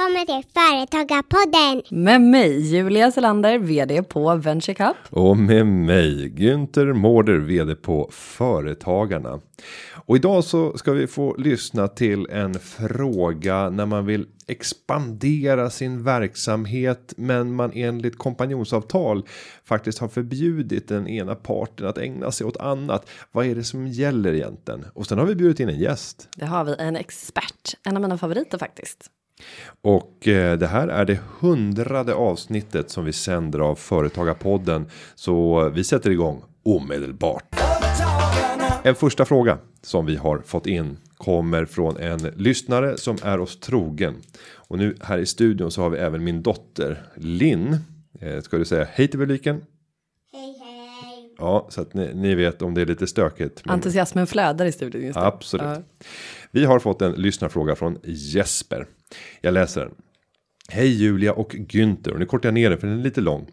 Välkommen till Företagarpodden! Med mig, Julia Selander, vd på VentureCup. Och med mig, Günther Mårder, vd på Företagarna. Och idag så ska vi få lyssna till en fråga när man vill expandera sin verksamhet, men man enligt kompanjonsavtal faktiskt har förbjudit den ena parten att ägna sig åt annat. Vad är det som gäller egentligen? Och sen har vi bjudit in en gäst. Det har vi, en expert, en av mina favoriter faktiskt. Och det här är det 100:e avsnittet som vi sänder av Företagarpodden. Så vi sätter igång omedelbart. En första fråga som vi har fått in kommer från en lyssnare som är oss trogen. Och nu här i studion så har vi även min dotter Linn. Ska du säga hej till publiken? Hej hej! Ja, så att ni vet om det är lite stökigt. Men... Entusiasmen flödar i studion just nu. Absolut. Ja. Vi har fått en lyssnarfråga från Jesper. Jag läser den. Hej Julia och Günther. Och nu kortar jag ner den för den är lite lång.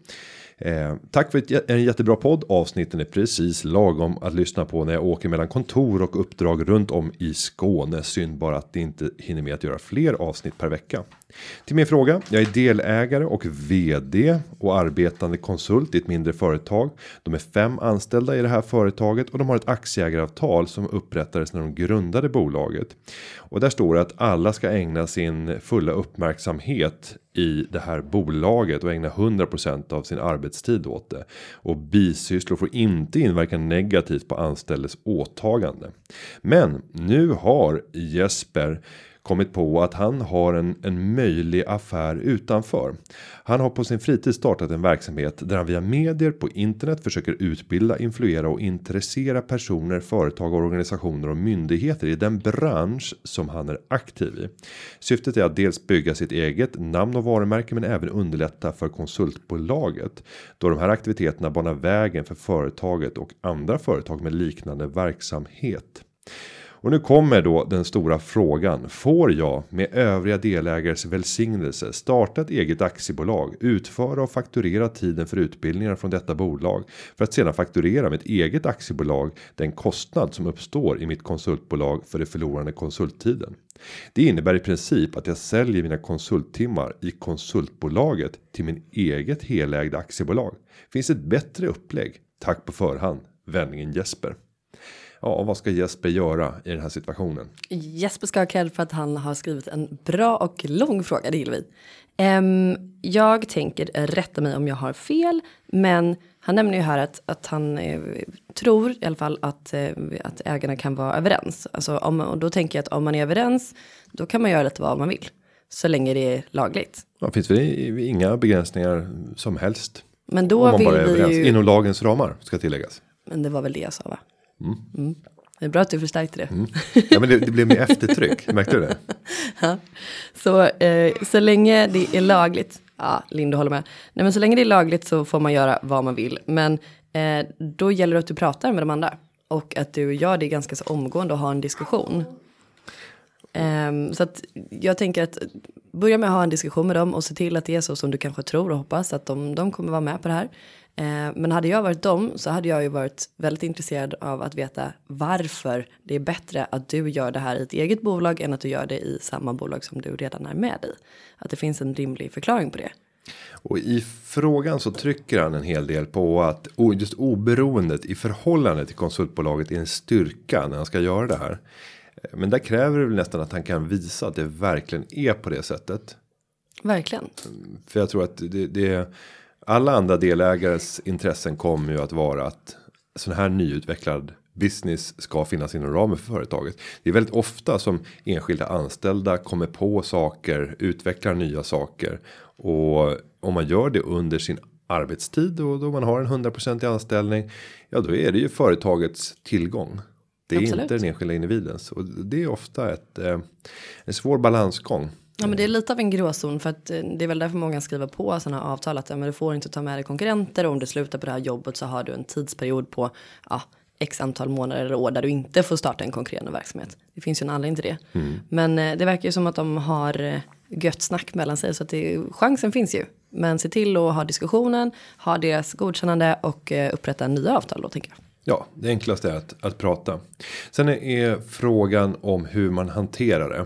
Tack för en jättebra podd. Avsnitten är precis lagom att lyssna på när jag åker mellan kontor och uppdrag runt om i Skåne. Synd bara att det inte hinner med att göra fler avsnitt per vecka. Till min fråga. Jag är delägare och vd och arbetande konsult i ett mindre företag. De är 5 anställda i det här företaget och de har ett aktieägaravtal som upprättades när de grundade bolaget. Och där står det att alla ska ägna sin fulla uppmärksamhet i det här bolaget och ägna 100% av sin arbetstid åt det. Och bisysslor får inte inverka negativt på anställdes åtagande. Men nu har Jesper kommit på att han har en möjlig affär utanför. Han har på sin fritid startat en verksamhet där han via medier på internet försöker utbilda, influera och intressera personer, företag, organisationer och myndigheter i den bransch som han är aktiv i. Syftet är att dels bygga sitt eget namn och varumärke men även underlätta för konsultbolaget. Då de här aktiviteterna banar vägen för företaget och andra företag med liknande verksamhet. Och nu kommer då den stora frågan. Får jag med övriga delägares välsignelse starta ett eget aktiebolag, utföra och fakturera tiden för utbildningar från detta bolag för att sedan fakturera med ett eget aktiebolag den kostnad som uppstår i mitt konsultbolag för det förlorande konsulttiden? Det innebär i princip att jag säljer mina konsulttimmar i konsultbolaget till min eget helägda aktiebolag. Finns ett bättre upplägg? Tack på förhand. Vänligen Jesper. Ja, vad ska Jesper göra i den här situationen? Jesper ska ha cred för att han har skrivit en bra och lång fråga, det gillar vi. Jag tänker rätta mig om jag har fel, men han nämner ju här att han tror i alla fall att ägarna kan vara överens. Alltså och då tänker jag att om man är överens, då kan man göra lite vad man vill, så länge det är lagligt. Ja, finns väl inga begränsningar som helst. Men då vill vi ju... Inom lagens ramar ska tilläggas. Men det var väl det jag sa, va? Mm. Det är bra att du förstärkte det. Ja, men det blev med eftertryck. Märkte du det? Ja. Så länge det är lagligt. Ja, Linda håller med. Nej, men så länge det är lagligt så får man göra vad man vill. Men då gäller det att du pratar med de andra. Och att du gör det ganska så omgående och har en diskussion. Så att jag tänker att börja med att ha en diskussion med dem och se till att det är så som du kanske tror och hoppas att de kommer vara med på det här. Men hade jag varit dem så hade jag ju varit väldigt intresserad av att veta varför det är bättre att du gör det här i ett eget bolag än att du gör det i samma bolag som du redan är med i. Att det finns en rimlig förklaring på det. Och i frågan så trycker han en hel del på att just oberoendet i förhållande till konsultbolaget är en styrka när han ska göra det här. Men där kräver det väl nästan att han kan visa att det verkligen är på det sättet. Verkligen. För jag tror att det alla andra delägares intressen kommer ju att vara att sån här nyutvecklad business ska finnas inom ramen för företaget. Det är väldigt ofta som enskilda anställda kommer på saker, utvecklar nya saker. Och om man gör det under sin arbetstid och då man har en 100% anställning, ja då är det ju företagets tillgång. Det är Absolut. inte den enskilda individens. Och det är ofta en svår balansgång. Ja, men det är lite av en gråzon för att det är väl därför många skriver på sådana avtal att men du får inte ta med dig konkurrenter och om du slutar på det här jobbet så har du en tidsperiod på x antal månader eller år där du inte får starta en konkurrerande verksamhet. Det finns ju en anledning till det. Men det verkar ju som att de har gött snack mellan sig så att chansen finns ju. Men se till att ha diskussionen, ha deras godkännande och upprätta nya avtal då tänker jag. Ja, det enklaste är att prata. Sen är frågan om hur man hanterar det.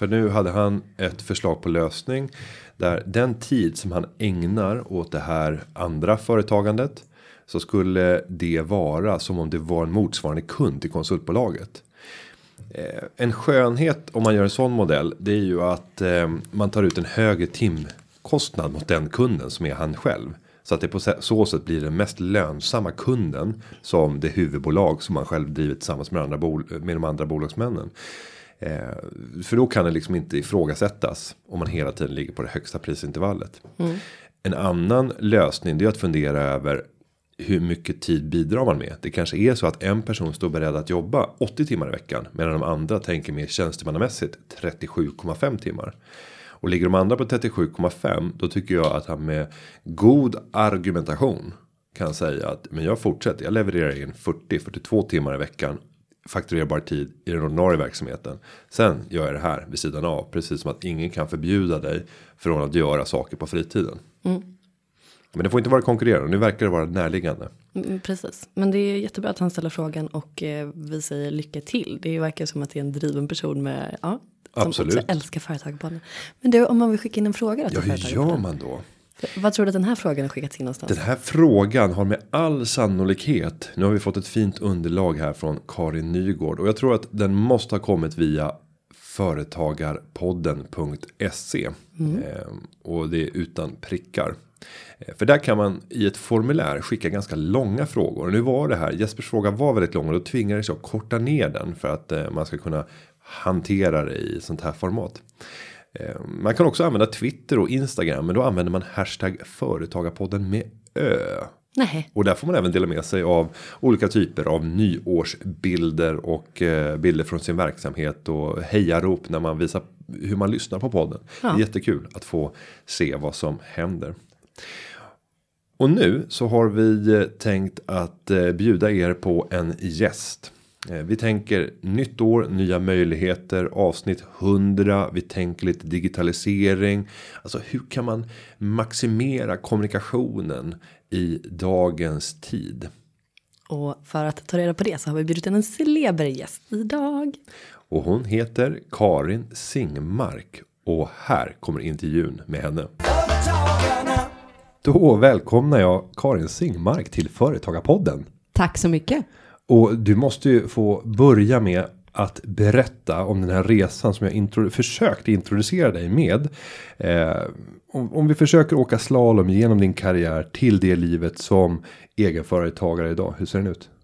För nu hade han ett förslag på lösning där den tid som han ägnar åt det här andra företagandet, så skulle det vara som om det var en motsvarande kund till konsultbolaget. En skönhet om man gör en sån modell, det är ju att man tar ut en högre timkostnad mot den kunden som är han själv. Så att det på så sätt blir den mest lönsamma kunden som det huvudbolag som man själv drivit tillsammans med de andra bolagsmännen. För då kan det liksom inte ifrågasättas om man hela tiden ligger på det högsta prisintervallet. En annan lösning, det är att fundera över hur mycket tid bidrar man med. Det kanske är så att en person står beredd att jobba 80 timmar i veckan, medan de andra tänker mer tjänstemannamässigt 37,5 timmar. Och ligger de andra på 37,5, då tycker jag att han med god argumentation kan säga att men jag fortsätter, jag levererar in 40-42 timmar i veckan, fakturerbar tid i den ordinarie verksamheten. Sen gör jag det här vid sidan av, precis som att ingen kan förbjuda dig från att göra saker på fritiden. Men det får inte vara konkurrerande, nu verkar det vara närliggande. Precis, men det är jättebra att han ställer frågan och vi säger lycka till. Det verkar som att det är en driven person med, som absolut också älskar företagspodden. Men du, om man vill skicka in en fråga då till hur gör man då? Vad tror du att den här frågan har skickats in någonstans? Den här frågan har med all sannolikhet, nu har vi fått ett fint underlag här från Karin Nygård, och jag tror att den måste ha kommit via företagarpodden.se och det är utan prickar. För där kan man i ett formulär skicka ganska långa frågor. Nu var det här, Jespers fråga var väldigt lång och då tvingades jag korta ner den för att man ska kunna hantera det i sånt här format. Man kan också använda Twitter och Instagram, men då använder man hashtag företagarpodden med ö. Nej. Och där får man även dela med sig av olika typer av nyårsbilder och bilder från sin verksamhet och hejarop när man visar hur man lyssnar på podden. Ja. Det är jättekul att få se vad som händer. Och nu så har vi tänkt att bjuda er på en gäst. Vi tänker nytt år, nya möjligheter, avsnitt 100, vi tänker lite digitalisering. Alltså hur kan man maximera kommunikationen i dagens tid? Och för att ta reda på det så har vi bjudit in en celeber gäst idag. Och hon heter Karin Singmark och här kommer intervjun med henne. Då välkomnar jag Karin Singmark till Företagarpodden. Tack så mycket. Och du måste ju få börja med att berätta om den här resan som jag försökte introducera dig med. Om vi försöker åka slalom genom din karriär till det livet som egenföretagare idag. Hur ser den ut?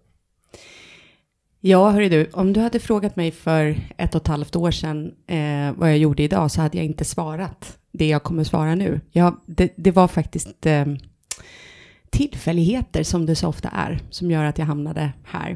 Ja, hörru du. Om du hade frågat mig för 1,5 år sedan vad jag gjorde idag så hade jag inte svarat det jag kommer svara nu. Det var faktiskt tillfälligheter som det så ofta är som gör att jag hamnade här.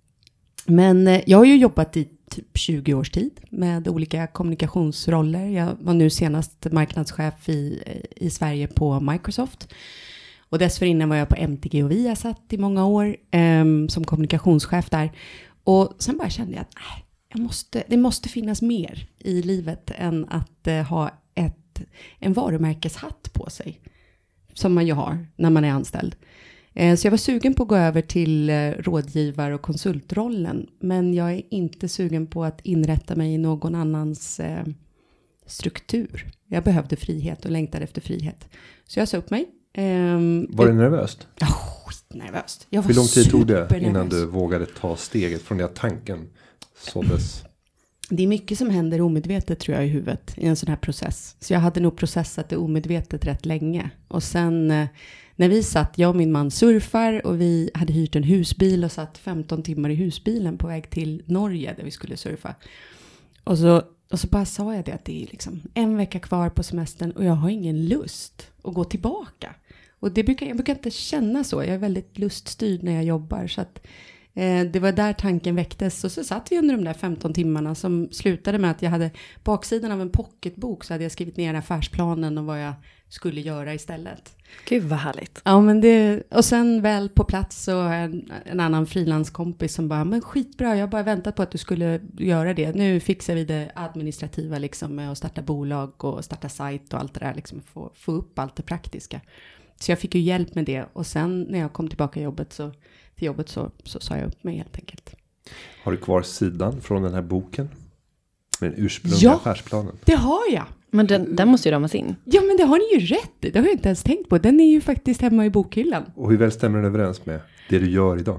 Men jag har ju jobbat i typ 20 års tid med olika kommunikationsroller. Jag var nu senast marknadschef i Sverige på Microsoft. Och dessförinnan var jag på MTG och Viasat i många år som kommunikationschef där. Och sen bara kände jag att det måste finnas mer i livet än att ha en varumärkeshatt på sig. Som man ju har när man är anställd. Så jag var sugen på att gå över till rådgivar- och konsultrollen. Men jag är inte sugen på att inrätta mig i någon annans struktur. Jag behövde frihet och längtade efter frihet. Så jag sa upp mig. Var det nervöst? Ja, skitnervöst. Jag var hur lång tid tog det supernervös innan du vågade ta steget från den tanken såddes? Det är mycket som händer omedvetet tror jag i huvudet i en sån här process. Så jag hade nog processat det omedvetet rätt länge. Och sen när vi satt, jag och min man surfar och vi hade hyrt en husbil och satt 15 timmar i husbilen på väg till Norge där vi skulle surfa. Och så bara sa jag det att det är liksom 1 vecka kvar på semestern och jag har ingen lust att gå tillbaka. Och jag brukar inte känna så. Jag är väldigt luststyrd när jag jobbar så att det var där tanken väcktes och så satt vi under de där 15 timmarna som slutade med att jag hade baksidan av en pocketbok så hade jag skrivit ner affärsplanen och vad jag skulle göra istället. Gud vad härligt. Ja men och sen väl på plats så en annan frilanskompis som bara, men skitbra, jag har bara väntat på att du skulle göra det. Nu fixar vi det administrativa liksom med att starta bolag och starta sajt och allt det där liksom få upp allt det praktiska. Så jag fick ju hjälp med det och sen när jag kom tillbaka till jobbet så sa jag upp mig helt enkelt. Har du kvar sidan från den här boken? Med den ursprungliga affärsplanen. Det har jag. Men den måste ju ramas in. Ja, men det har ni ju rätt i. Det har jag inte ens tänkt på. Den är ju faktiskt hemma i bokhyllan. Och hur väl stämmer den överens med det du gör idag?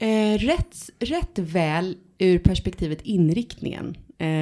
Rätt väl ur perspektivet inriktningen.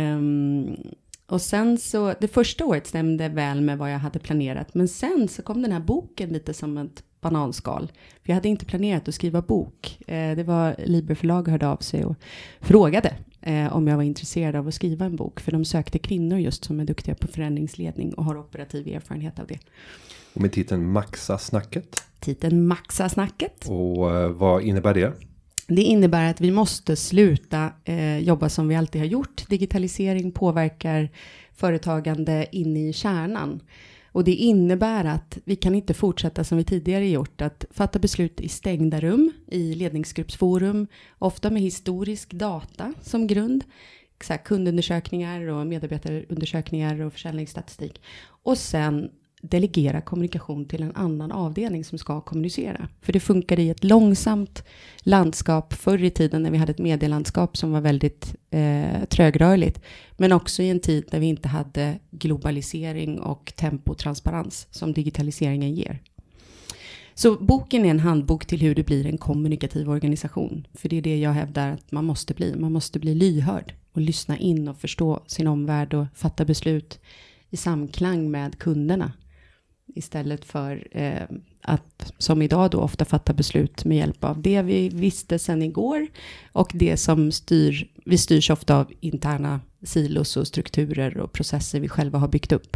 Och sen så, det första året stämde väl med vad jag hade planerat. Men sen så kom den här boken lite som ett bananskal. För jag hade inte planerat att skriva bok. Det var Liber förlag hörde av sig och frågade om jag var intresserad av att skriva en bok. För de sökte kvinnor just som är duktiga på förändringsledning och har operativ erfarenhet av det. Och med titeln Maxa snacket. Titeln Maxa snacket. Och vad innebär det? Det innebär att vi måste sluta jobba som vi alltid har gjort. Digitalisering påverkar företagande in i kärnan. Och det innebär att vi kan inte fortsätta som vi tidigare gjort. Att fatta beslut i stängda rum, i ledningsgruppsforum. Ofta med historisk data som grund. Så här, kundundersökningar och medarbetarundersökningar och försäljningsstatistik. Och sen delegera kommunikation till en annan avdelning som ska kommunicera. För det funkar i ett långsamt landskap förr i tiden när vi hade ett medielandskap som var väldigt trögrörligt. Men också i en tid där vi inte hade globalisering och tempotransparens som digitaliseringen ger. Så boken är en handbok till hur det blir en kommunikativ organisation. För det är det jag hävdar att man måste bli. Man måste bli lyhörd och lyssna in och förstå sin omvärld och fatta beslut i samklang med kunderna. Istället för att som idag då ofta fatta beslut med hjälp av det vi visste sedan igår. Och det som vi styrs ofta av interna silos och strukturer och processer vi själva har byggt upp.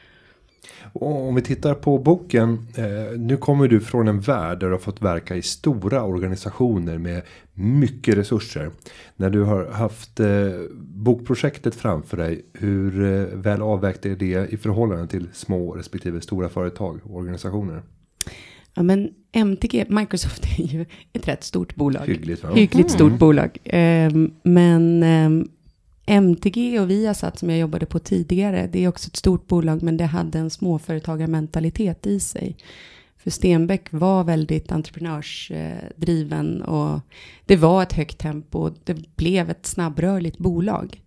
Och om vi tittar på boken, nu kommer du från en värld där du har fått verka i stora organisationer med mycket resurser. När du har haft bokprojektet framför dig, hur väl avvägt är det i förhållande till små respektive stora företag och organisationer? Ja, men MTG, Microsoft är ju ett rätt stort bolag. Hyggligt Stort bolag. Men MTG och Viasat som jag jobbade på tidigare, det är också ett stort bolag men det hade en småföretagarmentalitet i sig. För Stenbeck var väldigt entreprenörsdriven och det var ett högt tempo. Det blev ett snabbrörligt bolag.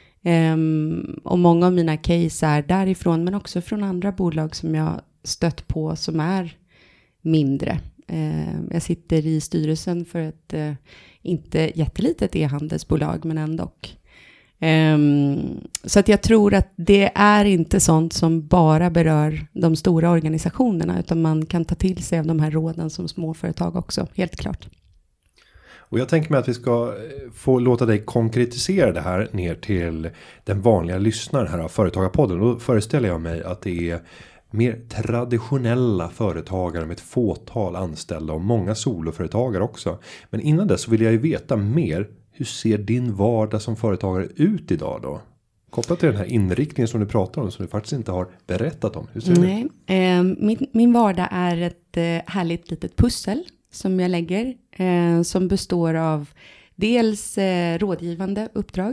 Och många av mina case är därifrån men också från andra bolag som jag stött på som är mindre. Jag sitter i styrelsen för ett inte jättelitet e-handelsbolag men ändå. Så att jag tror att det är inte sånt som bara berör de stora organisationerna utan man kan ta till sig av de här råden som småföretag också, helt klart. Och jag tänker mig att vi ska få låta dig konkretisera det här ner till den vanliga lyssnaren här av Företagarpodden. Då föreställer jag mig att det är mer traditionella företagare med ett fåtal anställda och många soloföretagare också. Men innan dess så vill jag ju veta mer. Hur ser din vardag som företagare ut idag då? Kopplat till den här inriktningen som du pratar om som du faktiskt inte har berättat om. Hur ser det ut? Min vardag är ett härligt litet pussel som jag lägger. Som består av dels rådgivande uppdrag.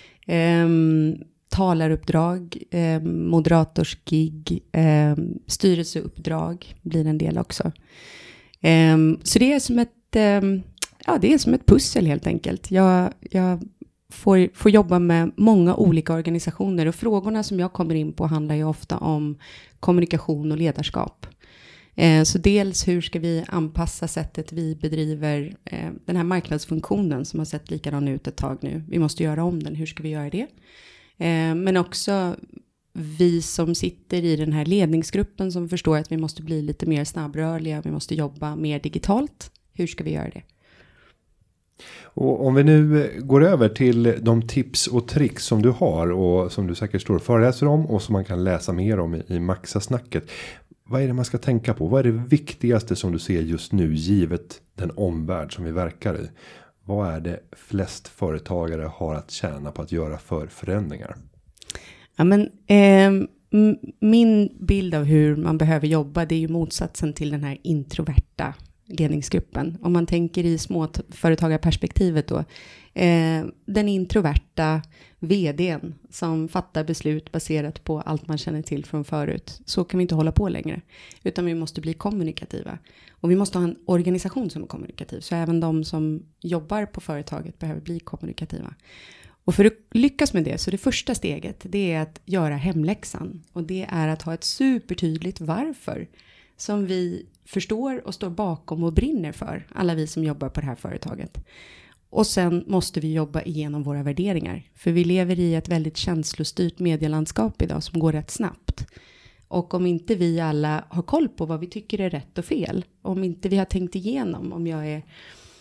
Talaruppdrag. Moderatorskig. Styrelseuppdrag blir en del också. Så det är som ett... det är som ett pussel helt enkelt. Jag får jobba med många olika organisationer och frågorna som jag kommer in på handlar ju ofta om kommunikation och ledarskap. Så dels hur ska vi anpassa sättet vi bedriver den här marknadsfunktionen som har sett likadan ut ett tag nu. Vi måste göra om den, hur ska vi göra det? Men också vi som sitter i den här ledningsgruppen som förstår att vi måste bli lite mer snabbrörliga, vi måste jobba mer digitalt. Hur ska vi göra det? Och om vi nu går över till de tips och tricks som du har och som du säkert står och föreläser om och som man kan läsa mer om i Maxa-snacket. Vad är det man ska tänka på? Vad är det viktigaste som du ser just nu givet den omvärld som vi verkar i? Vad är det flest företagare har att tjäna på att göra för förändringar? Ja, men, min bild av hur man behöver jobba det är ju motsatsen till den här introverta ledningsgruppen. Om man tänker i småföretagarperspektivet då. Den introverta vdn som fattar beslut baserat på allt man känner till från förut. Så kan vi inte hålla på längre. Utan vi måste bli kommunikativa. Och vi måste ha en organisation som är kommunikativ. Så även de som jobbar på företaget behöver bli kommunikativa. Och för att lyckas med det, så det första steget, det är att göra hemläxan. Och det är att ha ett supertydligt varför som vi förstår och står bakom och brinner för, alla vi som jobbar på det här företaget. Och sen måste vi jobba igenom våra värderingar. För vi lever i ett väldigt känslostyrt medielandskap idag som går rätt snabbt. Och om inte vi alla har koll på vad vi tycker är rätt och fel, om inte vi har tänkt igenom, om jag är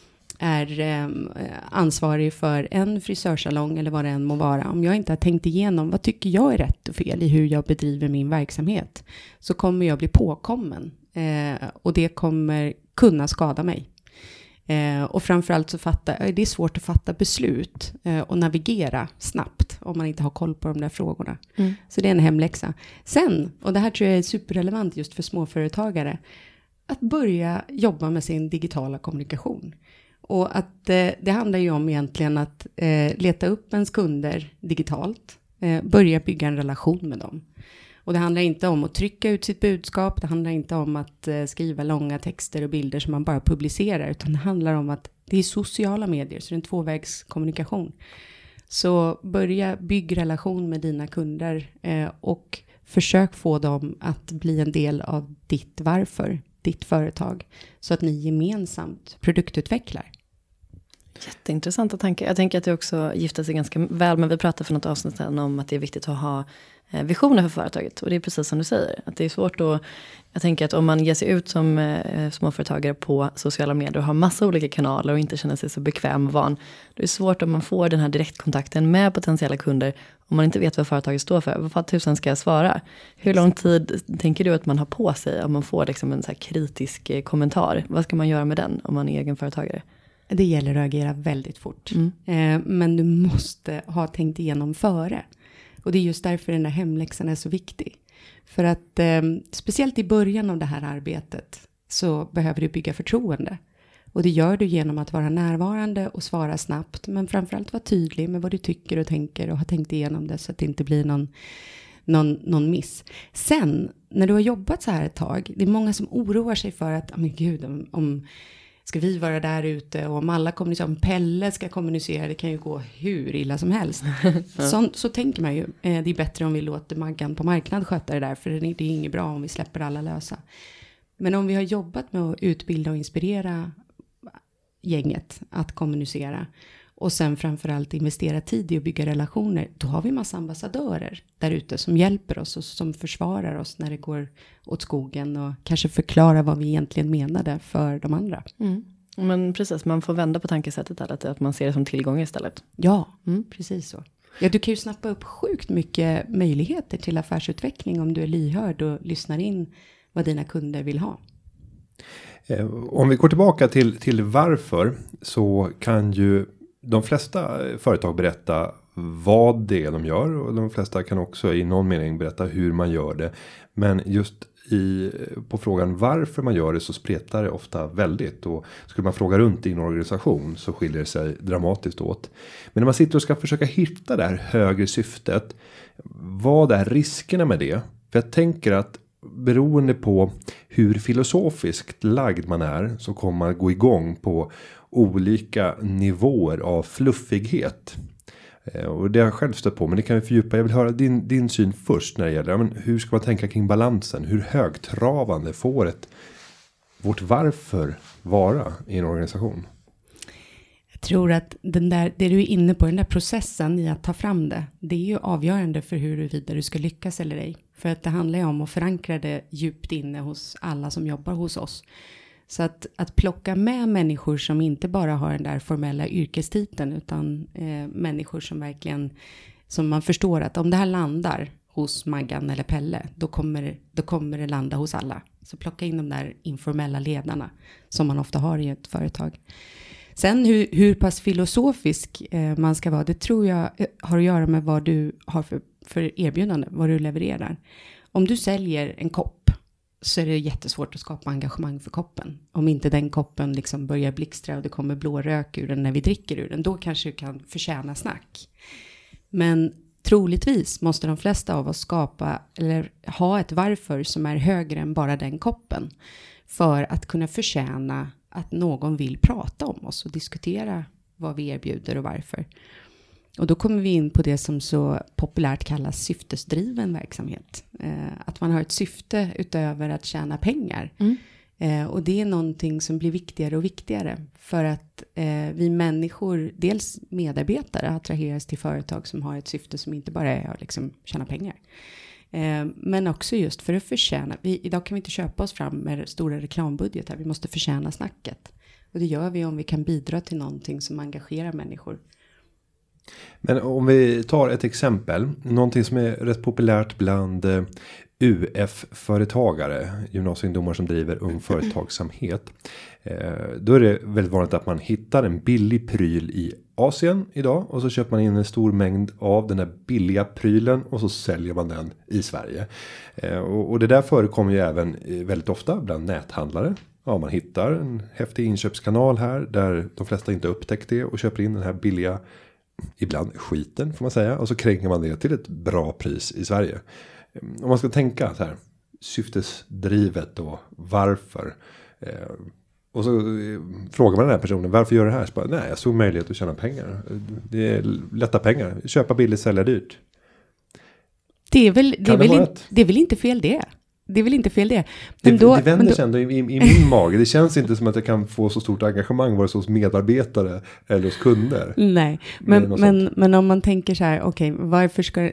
ansvarig för en frisörsalong eller vad det än må vara, om jag inte har tänkt igenom vad tycker jag är rätt och fel i hur jag bedriver min verksamhet, så kommer jag bli påkommen och det kommer kunna skada mig. Och framförallt så det är svårt att fatta beslut och navigera snabbt om man inte har koll på de där frågorna. Så det är en hemläxa. Sen, och det här tror jag är superrelevant just för småföretagare, att börja jobba med sin digitala kommunikation. Och att det handlar ju om egentligen att leta upp ens kunder digitalt, börja bygga en relation med dem. Och det handlar inte om att trycka ut sitt budskap, det handlar inte om att skriva långa texter och bilder som man bara publicerar, utan det handlar om att det är sociala medier, så det är en tvåvägskommunikation. Så börja bygga relation med dina kunder och försök få dem att bli en del av ditt varför, ditt företag, så att ni gemensamt produktutvecklar. Jätteintressanta tankar. Jag tänker att det också gifter sig ganska väl, men vi pratade för något avsnitt sedan om att det är viktigt att ha visioner för företaget. Och det är precis som du säger, att det är svårt att, jag tänker att om man ger sig ut som småföretagare på sociala medier och har massa olika kanaler och inte känner sig så bekväm och van, det är svårt om man får den här direktkontakten med potentiella kunder om man inte vet vad företaget står för. Vad tusen ska jag svara? Hur lång tid tänker du att man har på sig om man får liksom en så här kritisk kommentar? Vad ska man göra med den om man är egenföretagare? Det gäller att agera väldigt fort. Men du måste ha tänkt igenom före. Och det är just därför den här hemläxan är så viktig. För att speciellt i början av det här arbetet så behöver du bygga förtroende. Och det gör du genom att vara närvarande och svara snabbt. Men framförallt vara tydlig med vad du tycker och tänker och ha tänkt igenom det så att det inte blir någon miss. Sen, när du har jobbat så här ett tag, det är många som oroar sig för att, men gud, om ska vi vara där ute och om alla kommunicerar, om Pelle ska kommunicera, det kan ju gå hur illa som helst. Så tänker man ju, det är bättre om vi låter Maggan på marknad sköta det där, för det är inget bra om vi släpper alla lösa. Men om vi har jobbat med att utbilda och inspirera gänget att kommunicera och sen framförallt investera tid i att bygga relationer, då har vi massa ambassadörer där ute som hjälper oss och som försvarar oss när det går åt skogen och kanske förklarar vad vi egentligen menade för de andra. Men precis, man får vända på tankesättet att man ser det som tillgång istället. Ja, precis så. Ja, du kan ju snappa upp sjukt mycket möjligheter till affärsutveckling om du är lyhörd och lyssnar in vad dina kunder vill ha. Om vi går tillbaka till varför, så kan ju de flesta företag berätta vad det är de gör, och de flesta kan också i någon mening berätta hur man gör det. Men just på frågan varför man gör det så spretar det ofta väldigt, och skulle man fråga runt i en organisation så skiljer det sig dramatiskt åt. Men när man sitter och ska försöka hitta det här högre syftet, vad är riskerna med det? För jag tänker att beroende på hur filosofiskt lagd man är så kommer man gå igång på olika nivåer av fluffighet. Och det har jag själv stött på, men det kan vi fördjupa. Jag vill höra din syn först när det gäller hur ska man tänka kring balansen? Hur högtravande får vårt varför vara i en organisation? Jag tror att det du är inne på, den där processen i att ta fram det är ju avgörande för huruvida du ska lyckas eller ej. För att det handlar ju om att förankra det djupt inne hos alla som jobbar hos oss. Så att plocka med människor som inte bara har den där formella yrkestiteln, utan människor som verkligen, som man förstår att om det här landar hos Maggan eller Pelle, då kommer det landa hos alla. Så plocka in de där informella ledarna som man ofta har i ett företag. Sen hur pass filosofisk man ska vara, det tror jag har att göra med vad du har för erbjudande, vad du levererar. Om du säljer en kopp så är det jättesvårt att skapa engagemang för koppen. Om inte den koppen liksom börjar blixtra och det kommer blå rök ur den när vi dricker ur den, då kanske du kan förtjäna snack. Men troligtvis måste de flesta av oss skapa eller ha ett varför som är högre än bara den koppen, för att kunna förtjäna att någon vill prata om oss och diskutera vad vi erbjuder och varför. Och då kommer vi in på det som så populärt kallas syftesdriven verksamhet. Att man har ett syfte utöver att tjäna pengar. Och det är någonting som blir viktigare och viktigare. För att vi människor, dels medarbetare, attraheras till företag som har ett syfte som inte bara är att liksom tjäna pengar. Men också just för att förtjäna. Idag kan vi inte köpa oss fram med stora reklambudgetar. Vi måste förtjäna snacket. Och det gör vi om vi kan bidra till någonting som engagerar människor. Men om vi tar ett exempel. Någonting som är rätt populärt bland UF-företagare. Gymnasieungdomar som driver ung företagsamhet. Då är det väldigt vanligt att man hittar en billig pryl i Asien idag. Och så köper man in en stor mängd av den här billiga prylen. Och så säljer man den i Sverige. Och det där förekommer ju även väldigt ofta bland näthandlare. Ja, man hittar en häftig inköpskanal här. Där de flesta inte upptäckt det. Och köper in den här billiga, ibland skiten får man säga. Och så kränger man det till ett bra pris i Sverige. Om man ska tänka så här. Syftesdrivet då. Varför? Och så frågar man den här personen. Varför gör det här? Så bara, nej, jag såg möjlighet att tjäna pengar. Det är lätta pengar. Köpa billigt, sälja dyrt. Det är väl inte fel det. Det är väl inte fel det. Men det vänder sig ändå i min mage. Det känns inte som att jag kan få så stort engagemang vare sig hos medarbetare eller hos kunder. Nej, men om man tänker så här, okej, vad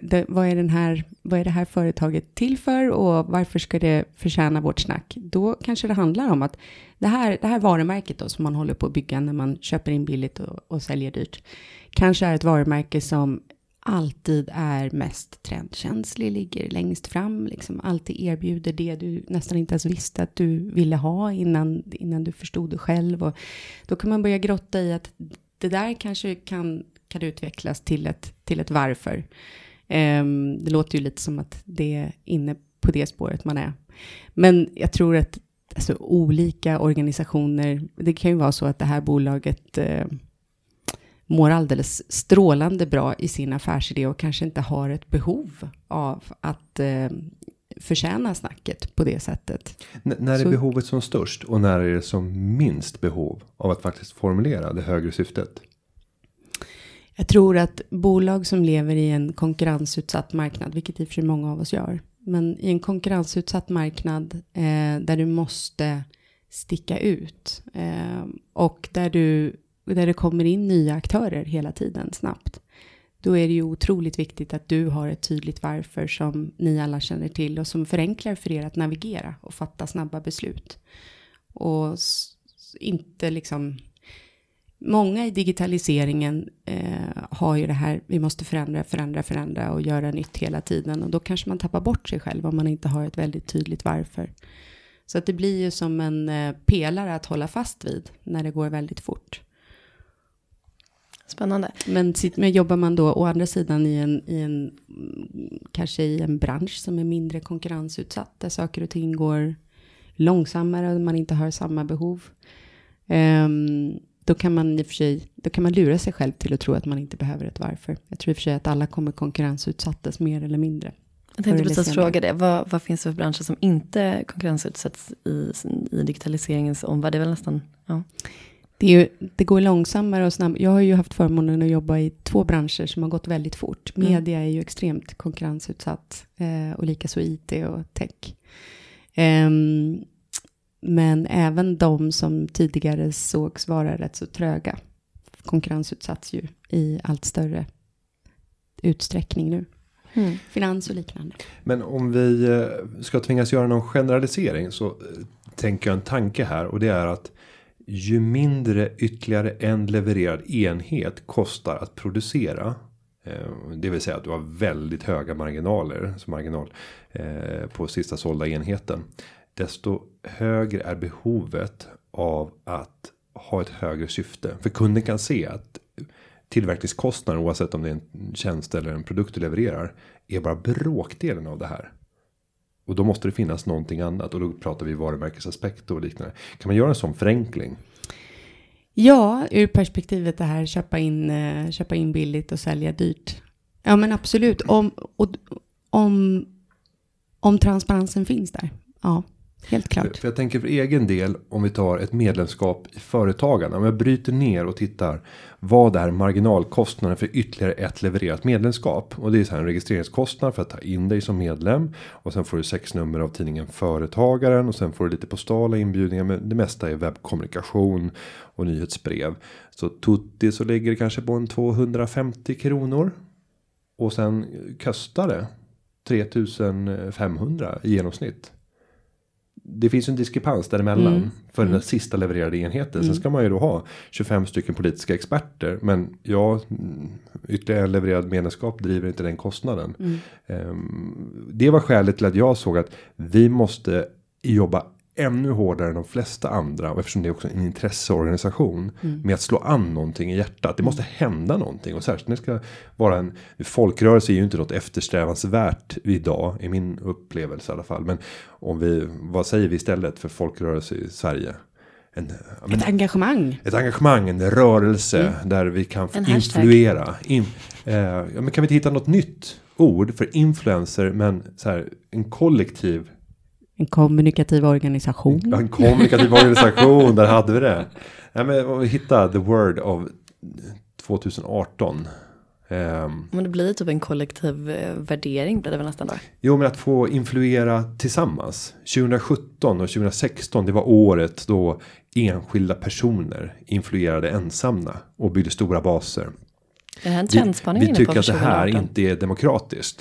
är det här företaget till för och varför ska det förtjäna vårt snack? Då kanske det handlar om att det här varumärket då, som man håller på att bygga när man köper in billigt och säljer dyrt, kanske är ett varumärke som alltid är mest trendkänslig, ligger längst fram, liksom alltid erbjuder det du nästan inte ens visste att du ville ha innan du förstod det själv. Och då kan man börja grotta i att det där kanske kan utvecklas till ett varför. Det låter ju lite som att det är inne på det spåret man är. Men jag tror att alltså, olika organisationer, det kan ju vara så att det här bolaget mår alldeles strålande bra i sin affärsidé och kanske inte har ett behov av att förtjäna snacket på det sättet. När är behovet som störst och när är det som minst behov av att faktiskt formulera det högre syftet? Jag tror att bolag som lever i en konkurrensutsatt marknad, vilket i och för sig många av oss gör, men i en konkurrensutsatt marknad där du måste sticka ut och där det kommer in nya aktörer hela tiden snabbt. Då är det ju otroligt viktigt att du har ett tydligt varför som ni alla känner till och som förenklar för er att navigera och fatta snabba beslut. Och inte liksom... Många i digitaliseringen har ju det här, vi måste förändra och göra nytt hela tiden. Och då kanske man tappar bort sig själv om man inte har ett väldigt tydligt varför. Så att det blir ju som en pelare att hålla fast vid när det går väldigt fort. Spännande. Men jobbar man då å andra sidan kanske i en bransch som är mindre konkurrensutsatt, där saker och ting går långsammare och man inte har samma behov, då kan man lura sig själv till att tro att man inte behöver ett varför. Jag tror i och för sig att alla kommer konkurrensutsattes mer eller mindre. Jag tänkte precis fråga det. Vad finns det för branscher som inte konkurrensutsätts i digitaliseringens omvärld? Det är väl nästan... Ja. Det går långsammare och snabbare. Jag har ju haft förmånen att jobba i 2 branscher som har gått väldigt fort. Media är ju extremt konkurrensutsatt och likaså IT och tech. Men även de som tidigare sågs vara rätt så tröga konkurrensutsatts ju i allt större utsträckning nu. Finans och liknande. Men om vi ska tvingas göra någon generalisering så tänker jag en tanke här, och det är att ju mindre ytterligare en levererad enhet kostar att producera, det vill säga att du har väldigt höga marginaler som marginal på sista sålda enheten, desto högre är behovet av att ha ett högre syfte. För kunden kan se att tillverkningskostnaden, oavsett om det är en tjänst eller en produkt du levererar, är bara bråkdelen av det här. Och då måste det finnas någonting annat. Och då pratar vi varumärkesaspekt och liknande. Kan man göra en sån förenkling? Ja, ur perspektivet det här köpa in billigt och sälja dyrt. Ja, men absolut. Om transparensen finns där. Ja, Helt klart. För jag tänker för egen del, om vi tar ett medlemskap i Företagarna. Om jag bryter ner och tittar, vad är marginalkostnaden för ytterligare ett levererat medlemskap? Och det är så här en registreringskostnad för att ta in dig som medlem. Och sen får du 6 nummer av tidningen Företagaren. Och sen får du lite postala inbjudningar. Men det mesta är webbkommunikation och nyhetsbrev. Så tutti så ligger det kanske på en 250 kronor. Och sen kostar det 3500 i genomsnitt. Det finns en diskrepans däremellan för den sista levererade enheten. Sen ska man ju då ha 25 stycken politiska experter. Men ytterligare en levererad medlemskap driver inte den kostnaden. Det var skälet till att jag såg att vi måste jobba ännu hårdare än de flesta andra. Och eftersom det är också en intresseorganisation med att slå an någonting i hjärtat. Det måste hända någonting. Och särskilt när det ska vara en folkrörelse är ju inte något eftersträvansvärt idag. I min upplevelse i alla fall. Men vad säger vi istället för folkrörelse i Sverige? Ett engagemang. Ett engagemang, en rörelse där vi kan influera. Men kan vi inte hitta något nytt ord för influencer, men så här, en kollektiv. En kommunikativ organisation. En kommunikativ organisation, där hade vi det. Ja, men hitta the word of 2018. Men det blir typ en kollektiv värdering blir det väl nästan då? Jo, men att få influera tillsammans. 2017 och 2016, det var året då enskilda personer influerade ensamma och byggde stora baser. Det här är en trendspaning vi tycker på att det här 2018. inte är demokratiskt.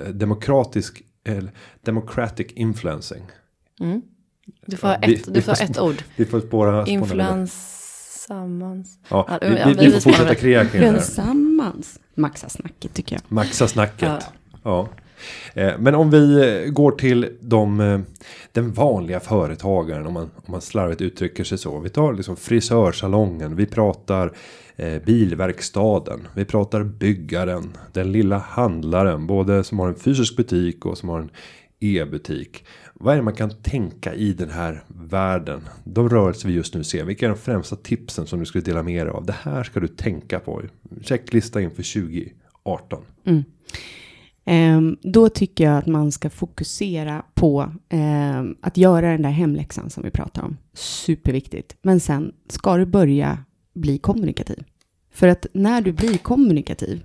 Democratic influencing. Du får ett ord. Vi får spåra. Influensammans. Ja, vi får fortsätta kriga kring det här. Influensammans. Maxa snacket tycker jag. Maxa snacket. Ja. Men om vi går till den vanliga företagaren, om man slarvigt uttrycker sig så. Vi tar liksom frisörsalongen, vi pratar bilverkstaden, vi pratar byggaren, den lilla handlaren, både som har en fysisk butik och som har en e-butik. Vad är det man kan tänka i den här världen? De rörelser vi just nu ser. Vilka är de främsta tipsen som du skulle dela med dig av? Det här ska du tänka på. Checklista inför 2018. Då tycker jag att man ska fokusera på att göra den där hemläxan som vi pratar om. Superviktigt. Men sen ska du börja bli kommunikativ. För att när du blir kommunikativ,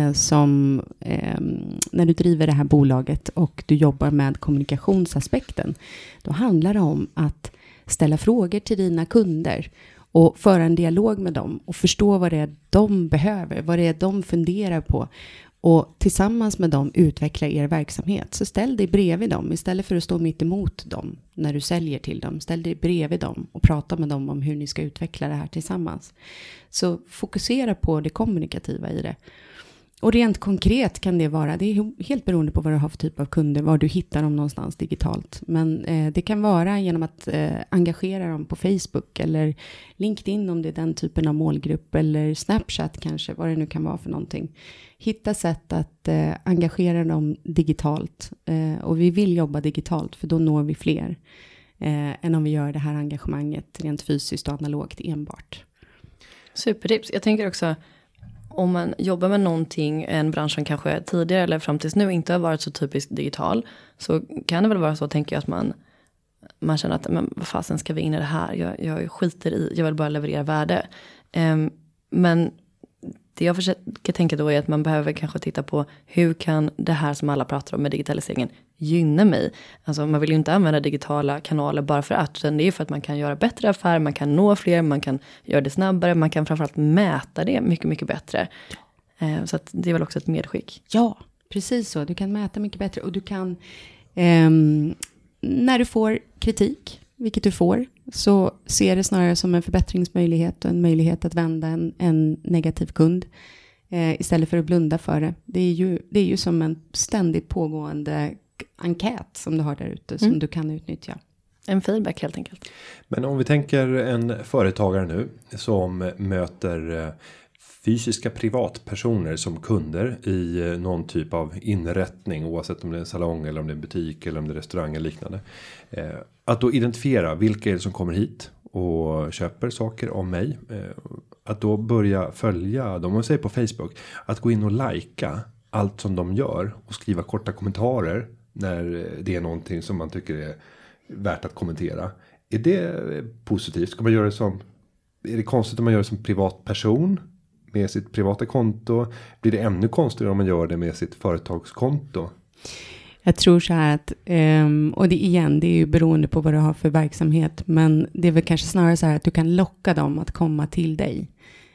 när du driver det här bolaget och du jobbar med kommunikationsaspekten, då handlar det om att ställa frågor till dina kunder och föra en dialog med dem och förstå vad det är de behöver, vad det är de funderar på. Och tillsammans med dem utveckla er verksamhet. Så ställ dig bredvid dem istället för att stå mitt emot dem när du säljer till dem. Ställ dig bredvid dem och prata med dem om hur ni ska utveckla det här tillsammans. Så fokusera på det kommunikativa i det. Och rent konkret kan det vara, det är helt beroende på vad du har för typ av kunder, var du hittar dem någonstans digitalt. Men det kan vara genom att engagera dem på Facebook eller LinkedIn om det är den typen av målgrupp, eller Snapchat kanske, vad det nu kan vara för någonting. Hitta sätt att engagera dem digitalt, och vi vill jobba digitalt för då når vi fler än om vi gör det här engagemanget rent fysiskt och analogt enbart. Supertips. Jag tänker också, om man jobbar med någonting, en bransch som kanske tidigare eller fram tills nu inte har varit så typiskt digital, så kan det väl vara så, tänker jag, att man känner att men vad fasen ska vi in i det här? Jag skiter i, jag vill bara leverera värde. Men det jag försöker tänka då är att man behöver kanske titta på hur kan det här som alla pratar om med digitaliseringen gynna mig? Alltså man vill ju inte använda digitala kanaler bara för att, utan det är för att man kan göra bättre affärer, man kan nå fler, man kan göra det snabbare, man kan framförallt mäta det mycket, mycket bättre. Så att det är väl också ett medskick. Ja, precis så. Du kan mäta mycket bättre och du kan, när du får kritik, vilket du får, så ser det snarare som en förbättringsmöjlighet och en möjlighet att vända en negativ kund istället för att blunda för det. Det är ju som en ständigt pågående enkät som du har där ute som du kan utnyttja. En feedback helt enkelt. Men om vi tänker en företagare nu som möter fysiska privatpersoner som kunder i någon typ av inrättning, oavsett om det är en salong eller om det är en butik eller om det är restaurang eller liknande. Att då identifiera vilka är det som kommer hit och köper saker av mig. Att då börja följa dem, man säger på Facebook, att gå in och likea allt som de gör och skriva korta kommentarer när det är någonting som man tycker är värt att kommentera. Är det positivt? Ska man göra det som, är det konstigt om man gör det som privatperson med sitt privata konto? Blir det ännu konstigare om man gör det med sitt företagskonto? Jag tror så här att, och det är ju beroende på vad du har för verksamhet, men det är väl kanske snarare så här att du kan locka dem att komma till dig.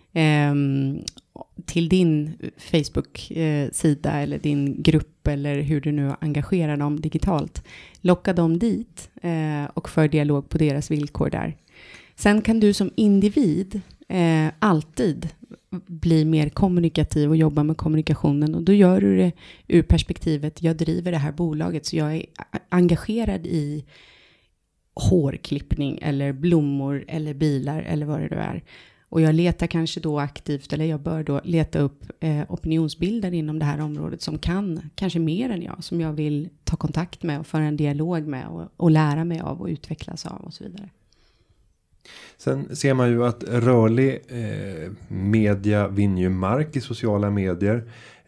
Till din Facebook-sida eller din grupp eller hur du nu engagerar dem digitalt. Locka dem dit och för dialog på deras villkor där. Sen kan du som individ alltid bli mer kommunikativ och jobba med kommunikationen, och då gör du det ur perspektivet jag driver det här bolaget, så jag är engagerad i hårklippning eller blommor eller bilar eller vad det nu är. Och jag letar kanske då aktivt, eller jag bör då leta upp opinionsbildare inom det här området som kan kanske mer än jag, som jag vill ta kontakt med och föra en dialog med och lära mig av och utvecklas av och så vidare. Sen ser man ju att rörlig media vinner ju mark i sociala medier.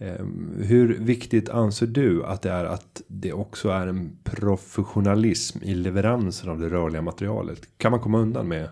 Hur viktigt anser du att det är att det också är en professionalism i leveransen av det rörliga materialet? Kan man komma undan med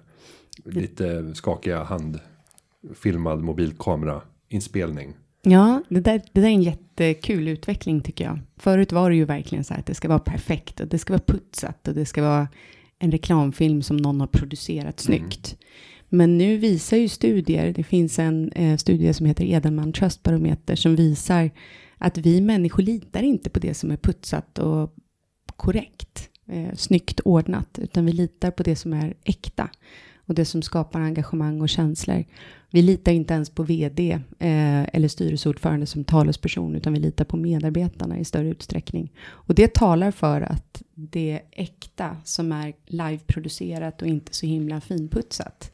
lite skakiga handfilmad mobilkamera inspelning? Ja, det där är en jättekul utveckling tycker jag. Förut var det ju verkligen så här att det ska vara perfekt och det ska vara putsat och det ska vara en reklamfilm som någon har producerat snyggt. Men nu visar ju studier, det finns en studie som heter Edelman Trust Barometer som visar att vi människor litar inte på det som är putsat och korrekt, snyggt ordnat, utan vi litar på det som är äkta och det som skapar engagemang och känslor. Vi litar inte ens på vd eller styrelseordförande som talesperson, utan vi litar på medarbetarna i större utsträckning. Och det talar för att det äkta som är liveproducerat och inte så himla finputsat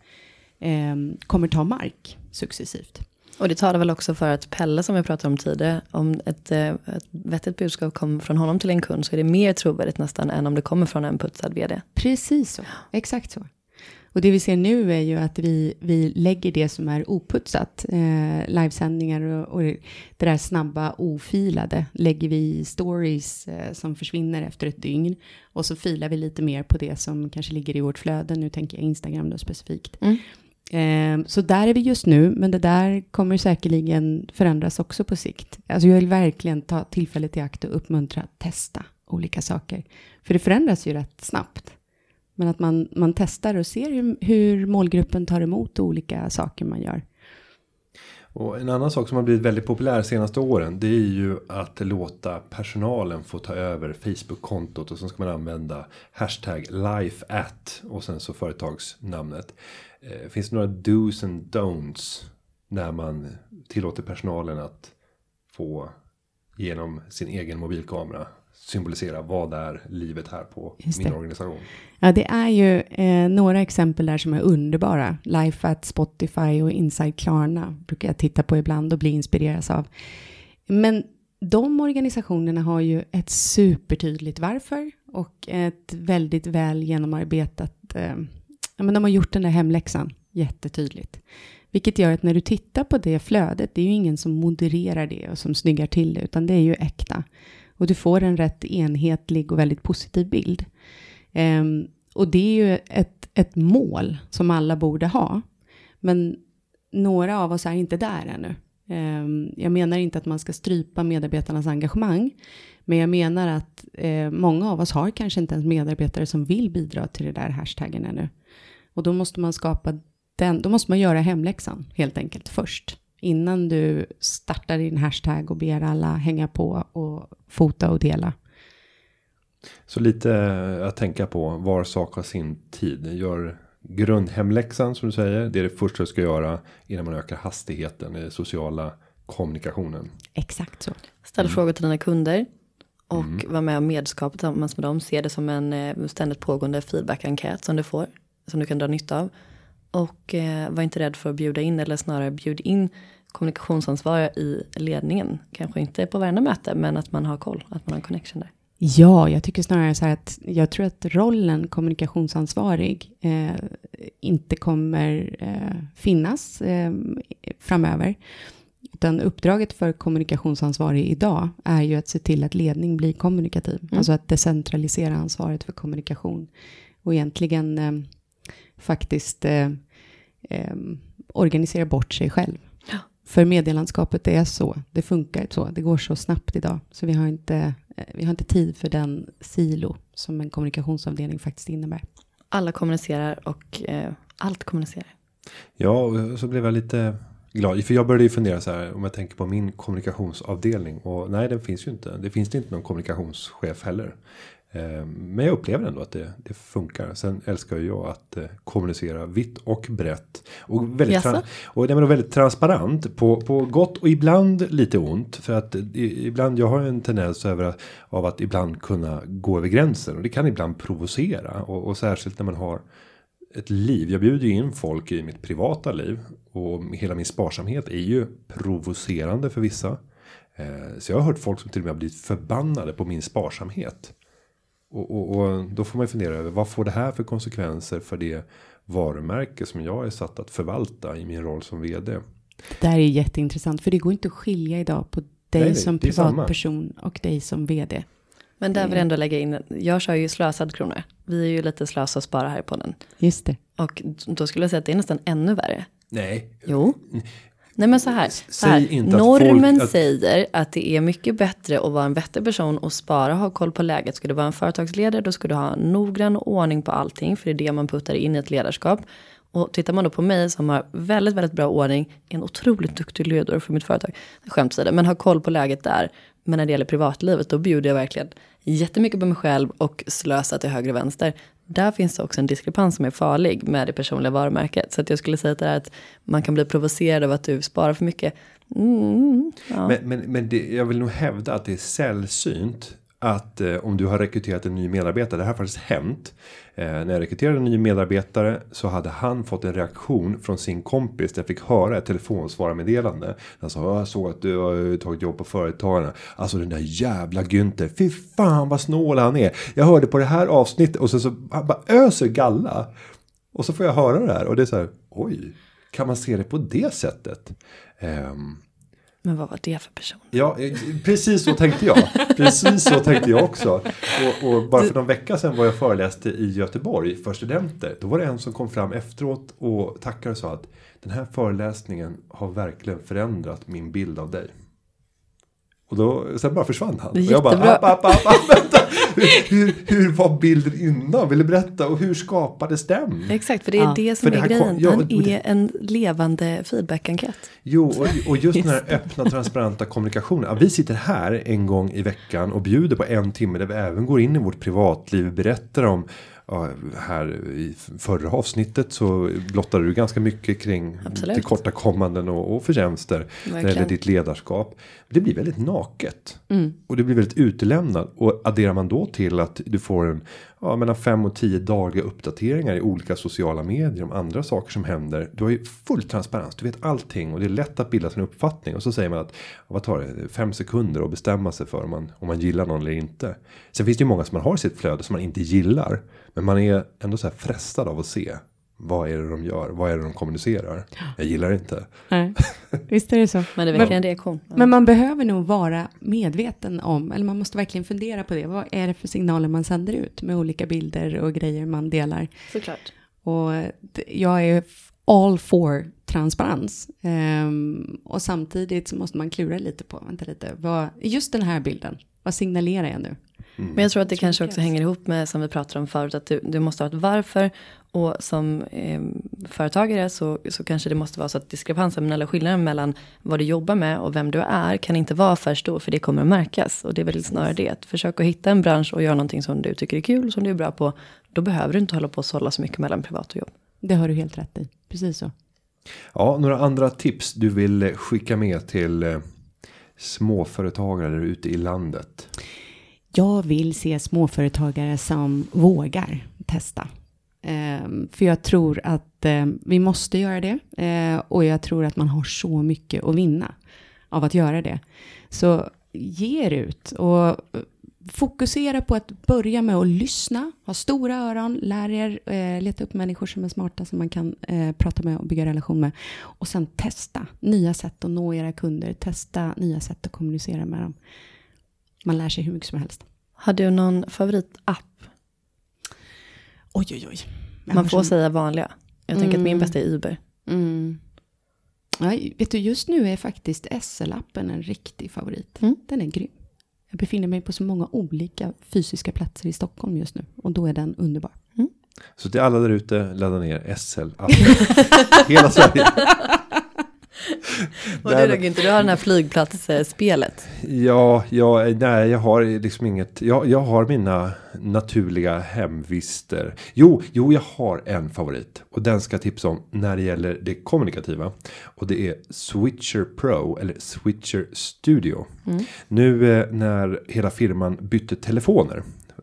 kommer ta mark successivt. Och det talar väl också för att Pelle, som jag pratade om tidigare, om ett vettigt budskap kommer från honom till en kund, så är det mer trovärdigt nästan än om det kommer från en putsad vd. Precis så, exakt så. Och det vi ser nu är ju att vi lägger det som är oputsat, livesändningar och det där snabba ofilade lägger vi i stories som försvinner efter ett dygn. Och så filar vi lite mer på det som kanske ligger i vårt flöde. Nu tänker jag Instagram då specifikt. Så där är vi just nu, men det där kommer säkerligen förändras också på sikt. Alltså jag vill verkligen ta tillfället i akt och uppmuntra att testa olika saker. För det förändras ju rätt snabbt. Men att man testar och ser hur målgruppen tar emot olika saker man gör. Och en annan sak som har blivit väldigt populär de senaste åren, det är ju att låta personalen få ta över Facebook-kontot, och så ska man använda hashtag #lifeat och sen så företagsnamnet. Finns det några do's and don'ts när man tillåter personalen att få genom sin egen mobilkamera symbolisera vad är livet här på min organisation? Ja, det är ju några exempel där som är underbara. Lifeat, Spotify och Inside Klarna brukar jag titta på ibland och bli inspireras av. Men de organisationerna har ju ett supertydligt varför och ett väldigt väl genomarbetat, men de har gjort den där hemläxan jättetydligt. Vilket gör att när du tittar på det flödet, det är ju ingen som modererar det och som snyggar till det, utan det är ju äkta. Och du får en rätt enhetlig och väldigt positiv bild. Och det är ju ett mål som alla borde ha. Men några av oss är inte där ännu. Jag menar inte att man ska strypa medarbetarnas engagemang. Men jag menar att många av oss har kanske inte ens medarbetare som vill bidra till det där hashtaggen ännu. Och då måste man då måste man göra hemläxan helt enkelt först. Innan du startar din hashtag och ber alla hänga på och fota och dela. Så lite att tänka på, var sak har sin tid. Gör grundhemläxan som du säger. Det är det första du ska göra innan man ökar hastigheten i den sociala kommunikationen. Exakt så. Ställ frågor till dina kunder och var med om medskapet tillsammans med dem. Se det som en ständigt pågående feedback-enkät som du får, som du kan dra nytta av. Och var inte rädd för att bjuda in, eller snarare bjud in kommunikationsansvariga i ledningen. Kanske inte på varje möte, men att man har koll, att man har en connection där. Ja, jag tycker snarare så här att jag tror att rollen kommunikationsansvarig inte kommer finnas framöver. utan uppdraget för kommunikationsansvarig idag är ju att se till att ledning blir kommunikativ. Alltså att decentralisera ansvaret för kommunikation. Och egentligen faktiskt organisera bort sig själv. Ja. För medielandskapet är så. Det funkar så. Det går så snabbt idag. Så vi har inte tid för den silo som en kommunikationsavdelning faktiskt innebär. Alla kommunicerar och allt kommunicerar. Ja, och så blev jag lite glad. För jag började ju fundera så här, om jag tänker på min kommunikationsavdelning. Och nej, den finns ju inte. Det finns inte någon kommunikationschef heller. Men jag upplever ändå att det funkar. Sen älskar jag att kommunicera vitt och brett. Och väldigt transparent på gott och ibland lite ont. För att ibland, jag har en tendens av att ibland kunna gå över gränsen. Och det kan ibland provocera. Och särskilt när man har ett liv. Jag bjuder ju in folk i mitt privata liv. Och hela min sparsamhet är ju provocerande för vissa. Så jag har hört folk som till och med har blivit förbannade på min sparsamhet. Och då får man ju fundera över vad får det här för konsekvenser för det varumärke som jag är satt att förvalta i min roll som vd. Det här är jätteintressant för det går inte att skilja idag på dig som privatperson och dig som vd. Men där vill jag ändå lägga in, jag kör ju slösad kronor. Vi är ju lite slösa och spara här på den. Just det. Och då skulle jag säga att det är nästan ännu värre. Nej. Jo. Nej men så här normen säger att det är mycket bättre att vara en vettig person och spara och ha koll på läget. Ska du vara en företagsledare då ska du ha noggrann ordning på allting för det är det man puttar in i ett ledarskap. Och tittar man då på mig som har väldigt, väldigt bra ordning, en otroligt duktig ledare för mitt företag, skämtsidor, men har koll på läget där. Men när det gäller privatlivet då bjuder jag verkligen jättemycket på mig själv och slösar till höger och vänster. Där finns det också en diskrepans som är farlig med det personliga varumärket. Så att jag skulle säga att, det är att man kan bli provocerad av att du sparar för mycket. Ja. Men jag vill nog hävda att det är sällsynt att om du har rekryterat en ny medarbetare, det här har faktiskt hänt. När jag rekryterade en ny medarbetare så hade han fått en reaktion från sin kompis där jag fick höra ett telefonsvararmeddelande. Han sa, jag såg att du har tagit jobb på företagarna. Alltså den där jävla Günther, fy fan vad snål han är. Jag hörde på det här avsnittet och så han bara öser galla. Och så får jag höra det här och det är så här, oj, kan man se det på det sättet? Men vad var det för person? Ja, precis så tänkte jag. Precis så tänkte jag också. Och bara för någon vecka sedan var jag föreläste i Göteborg för studenter. Då var det en som kom fram efteråt och tackade och sa att den här föreläsningen har verkligen förändrat min bild av dig. Och då, sen bara försvann han. Och jag bara, vänta. Hur var bilden innan? Vill du berätta? Och hur skapades den? Exakt, för det är det som är grejen. Han är en levande feedbackenkät. Jo, och just den här öppna, transparenta kommunikationen. Ja, vi sitter här en gång i veckan och bjuder på en timme där vi även går in i vårt privatliv. Berättar om, här i förra avsnittet så blottade du ganska mycket kring tillkortakommanden och förtjänster. När det gäller ditt ledarskap. Det blir väldigt naket. Och det blir väldigt utelämnat. Och adderar man då till att du får mellan 5 och 10 dagliga uppdateringar i olika sociala medier om andra saker som händer. Du har ju full transparens, du vet allting och det är lätt att bilda sin uppfattning. Och så säger man att, vad tar det, 5 sekunder att bestämma sig för om man gillar någon eller inte. Sen finns det ju många som man har i sitt flöde som man inte gillar. Men man är ändå så här frestad av att se. Vad är det de gör? Vad är det de kommunicerar? Jag gillar det inte. Nej, visst är det så. Men det är verkligen en reaktion. Men man behöver nog vara medveten om, eller man måste verkligen fundera på det. Vad är det för signaler man sänder ut med olika bilder och grejer man delar? Såklart. Och jag är all for transparens. Och samtidigt så måste man klura lite på, just den här bilden, vad signalerar jag nu? Men jag tror att det kanske också hänger ihop med, som vi pratade om förut, att du måste ha ett varför. Och som företagare så kanske det måste vara så att diskrepansen eller skillnaden mellan vad du jobbar med och vem du är kan inte vara för stor, för det kommer att märkas. Och det är väl snarare det, att försöka hitta en bransch och göra någonting som du tycker är kul, som du är bra på. Då behöver du inte hålla på och sålla så mycket mellan privat och jobb. Det har du helt rätt i, precis så. Ja, några andra tips du vill skicka med till småföretagare ute i landet? Jag vill se småföretagare som vågar testa. För jag tror att vi måste göra det. Och jag tror att man har så mycket att vinna av att göra det. Så ge er ut och fokusera på att börja med att lyssna, ha stora öron, lär er leta upp människor som är smarta som man kan prata med och bygga relation med. Och sen testa nya sätt att nå era kunder, testa nya sätt att kommunicera med dem. Man lär sig hur mycket som helst. Har du någon favoritapp? Oj. Man får säga vanliga. Jag tänker att min bästa är Uber. Ja, vet du, just nu är faktiskt SL-appen en riktig favorit. Den är grym. Jag befinner mig på så många olika fysiska platser i Stockholm just nu. Och då är den underbar. Så till alla där ute, ladda ner SL-appen. Hela Sverige. Och du då inte, du har den här flygplatsspelet. Ja, nej, jag har liksom inget. Jag har mina naturliga hemvister. Jo, jag har en favorit. Och den ska jag tipsa om när det gäller det kommunikativa. Och det är Switcher Pro eller Switcher Studio. Nu när hela firman bytte telefoner.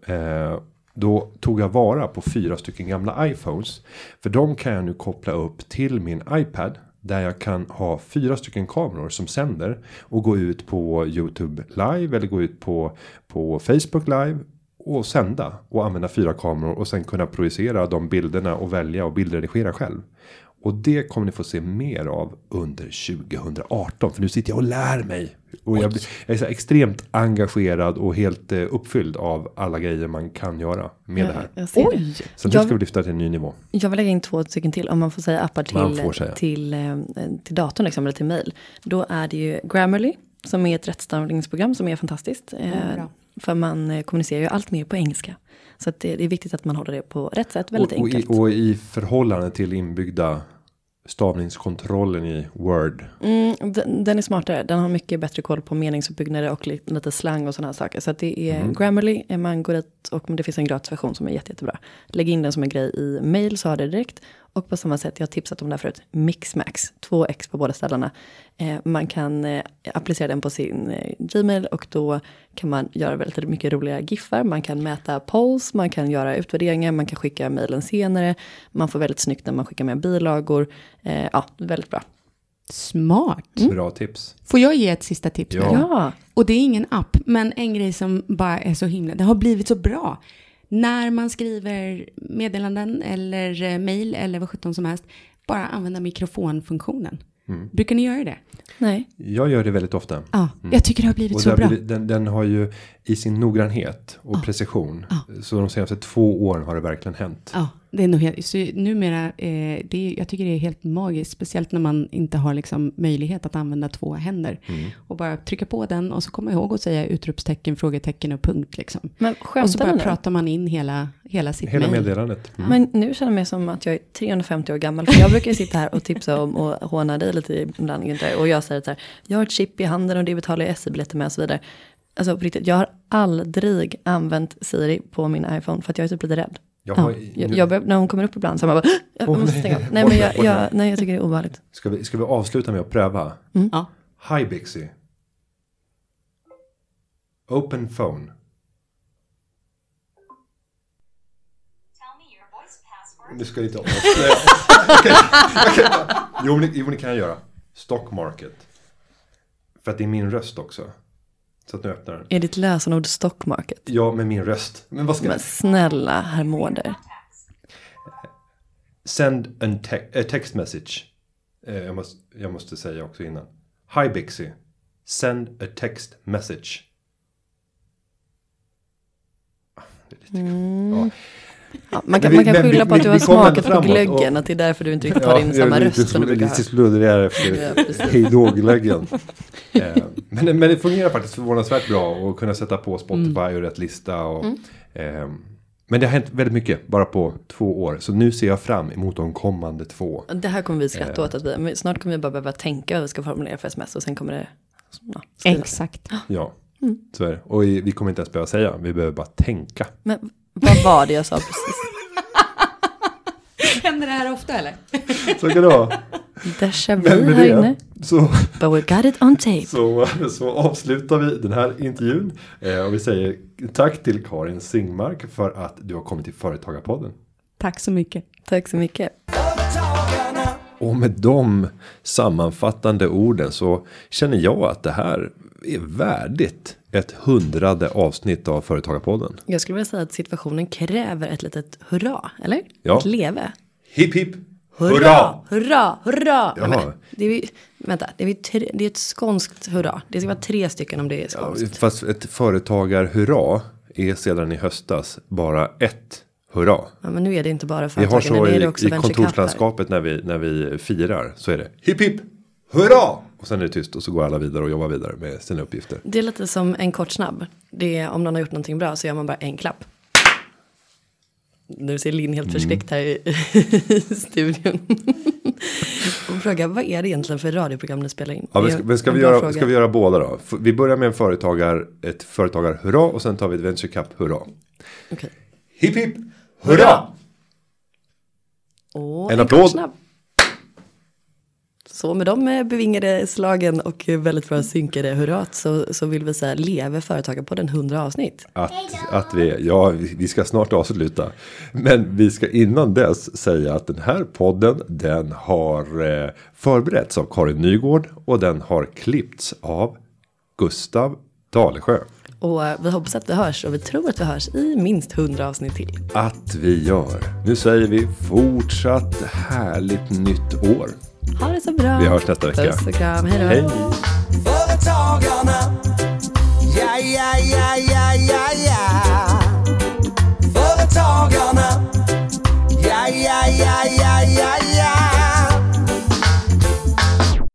Då tog jag vara på 4 stycken gamla iPhones. För de kan jag nu koppla upp till min iPad. Där jag kan ha 4 stycken kameror som sänder. Och gå ut på YouTube live. Eller gå ut på Facebook live. Och sända. Och använda 4 kameror. Och sen kunna projicera de bilderna. Och välja och bildredigera själv. Och det kommer ni få se mer av under 2018. För nu sitter jag och lär mig. Och jag är så extremt engagerad och helt uppfylld av alla grejer man kan göra med det här. Jag ser det. Så det ska vi lyfta till en ny nivå. Jag vill lägga in 2 stycken till om man får säga appar till datorn liksom, eller till mail. Då är det ju Grammarly som är ett rättstavningsprogram som är fantastiskt. För man kommunicerar ju allt mer på engelska. Så att det är viktigt att man håller det på rätt sätt, väldigt enkelt. Och i förhållande till inbyggda stavningskontrollen i Word. Den är smartare. Den har mycket bättre koll på meningsuppbyggnader och lite slang och sådana här saker. Så att det är Grammarly. Man går dit och det finns en gratisversion som är jättebra. Lägg in den som en grej i mail så har det direkt. Och på samma sätt, jag har tipsat om det här förut, Mixmax, 2x på båda ställena. Man kan applicera den på sin Gmail och då kan man göra väldigt mycket roliga giffar. Man kan mäta polls, man kan göra utvärderingar, man kan skicka mailen senare. Man får väldigt snyggt när man skickar med bilagor. Ja, väldigt bra. Smart. Bra tips. Får jag ge ett sista tips? Ja. Och det är ingen app, men en grej som bara är så himla, det har blivit så bra. När man skriver meddelanden eller mejl eller vad sjutton som helst, bara använda mikrofonfunktionen. Brukar ni göra det? Nej. Jag gör det väldigt ofta. Ja, jag tycker det har blivit och så bra. Den har ju i sin noggrannhet och precision. Så de senaste 2 åren har det verkligen hänt. Ja, det är nog helt, så numera, jag tycker det är helt magiskt. Speciellt när man inte har liksom möjlighet att använda 2 händer. Och bara trycka på den och så komma ihåg att säga utropstecken, frågetecken och punkt. Liksom. Men och så bara pratar man in hela sitt mejl. Meddelandet. Men nu känner jag mig som att jag är 350 år gammal. För jag brukar sitta här och tipsa om och håna dig lite ibland. Och jag säger så här, jag har ett chip i handen och det betalar jag SE-biljetter med och så vidare. Alltså på riktigt, jag har aldrig använt Siri på min iPhone för att jag är typ lite rädd. När hon kommer upp ibland så man bara, jag måste stänga av. Nej, men jag tycker det är obehagligt. Ska vi avsluta med att pröva? Ja. Hi Bixie. Open phone. Nu ska jag inte avslöja. Jo, ni kan jag göra. Stock market. För att det är min röst också. Så att nu öppnar den. Är ditt lösenord stock market? Ja, med min röst. Men vad ska men snälla, herr Mårder. Send a text message. Jag måste säga också innan. Hi Bixie. Send a text message. Det är lite ja. Ja, man kan skylla på att du har smakat på glöggen. Att det är därför du inte riktigt tar in samma röst som du brukar ha. Lite sluddrigare efter hejdå-glöggen. Men det fungerar faktiskt förvånansvärt bra att kunna sätta på Spotify och rätt lista. Och, men det har hänt väldigt mycket bara på 2 år. Så nu ser jag fram emot de kommande 2. Det här kommer vi skratta åt. Att snart kommer vi bara behöva tänka hur vi ska formulera för sms. Och sen kommer det... Exakt. Ja, så är det. Och vi kommer inte ens behöva säga. Vi behöver bara tänka. Men vad var det jag sa precis? Händer det här ofta eller? Så kan det vara. Déjà vu här inne. But we got it on tape. Så avslutar vi den här intervjun. Och vi säger tack till Karin Singmark för att du har kommit till Företagarpodden. Tack så mycket. Tack så mycket. Och med de sammanfattande orden så känner jag att det här är värdigt ett 100:e avsnitt av Företagarpodden? Jag skulle vilja säga att situationen kräver ett litet hurra, eller? Ja. Ett leve. Hipp hipp! Hurra! Hurra! Hurra! Jaha. Nej, men, det är ett skånskt hurra. Det ska vara 3 stycken om det är skånskt. Fast ett företagarhurra är sedan i höstas bara ett hurra. Ja, men nu är det inte bara Vi har företagen, nu är det också i venture capital. kontorslandskapet när vi firar så är det hipp hipp! Hurra! Och sen är det tyst och så går alla vidare och jobbar vidare med sina uppgifter. Det är lite som en kort snabb. Det är, om någon har gjort någonting bra så gör man bara en klapp. Nu ser Linn helt förskräckt här i studion. Och frågar, vad är det egentligen för radioprogram ni spelar in? Ja, men ska vi göra båda då? Vi börjar med ett företagar-hurra och sen tar vi ett venture cap-hurra. Okej. Hipp hipp! Hurra! Och En applåd. snabb. Så med de bevingade slagen och väldigt bra synkade hurrat så vill vi säga leve företagen på den 100 avsnitt. Att vi ska snart avsluta. Men vi ska innan dess säga att den här podden den har förberetts av Karin Nygård och den har klippts av Gustav Dalesjö. Och vi hoppas att vi hörs och vi tror att vi hörs i minst 100 avsnitt till. Att vi gör. Nu säger vi fortsatt härligt nytt år. Ha det så bra. Vi hörs nästa vecka. Puss och kram. Hej då. Hej. Företagarna, ja, ja, ja, ja, ja, ja. Företagarna, ja, ja, ja, ja, ja, ja.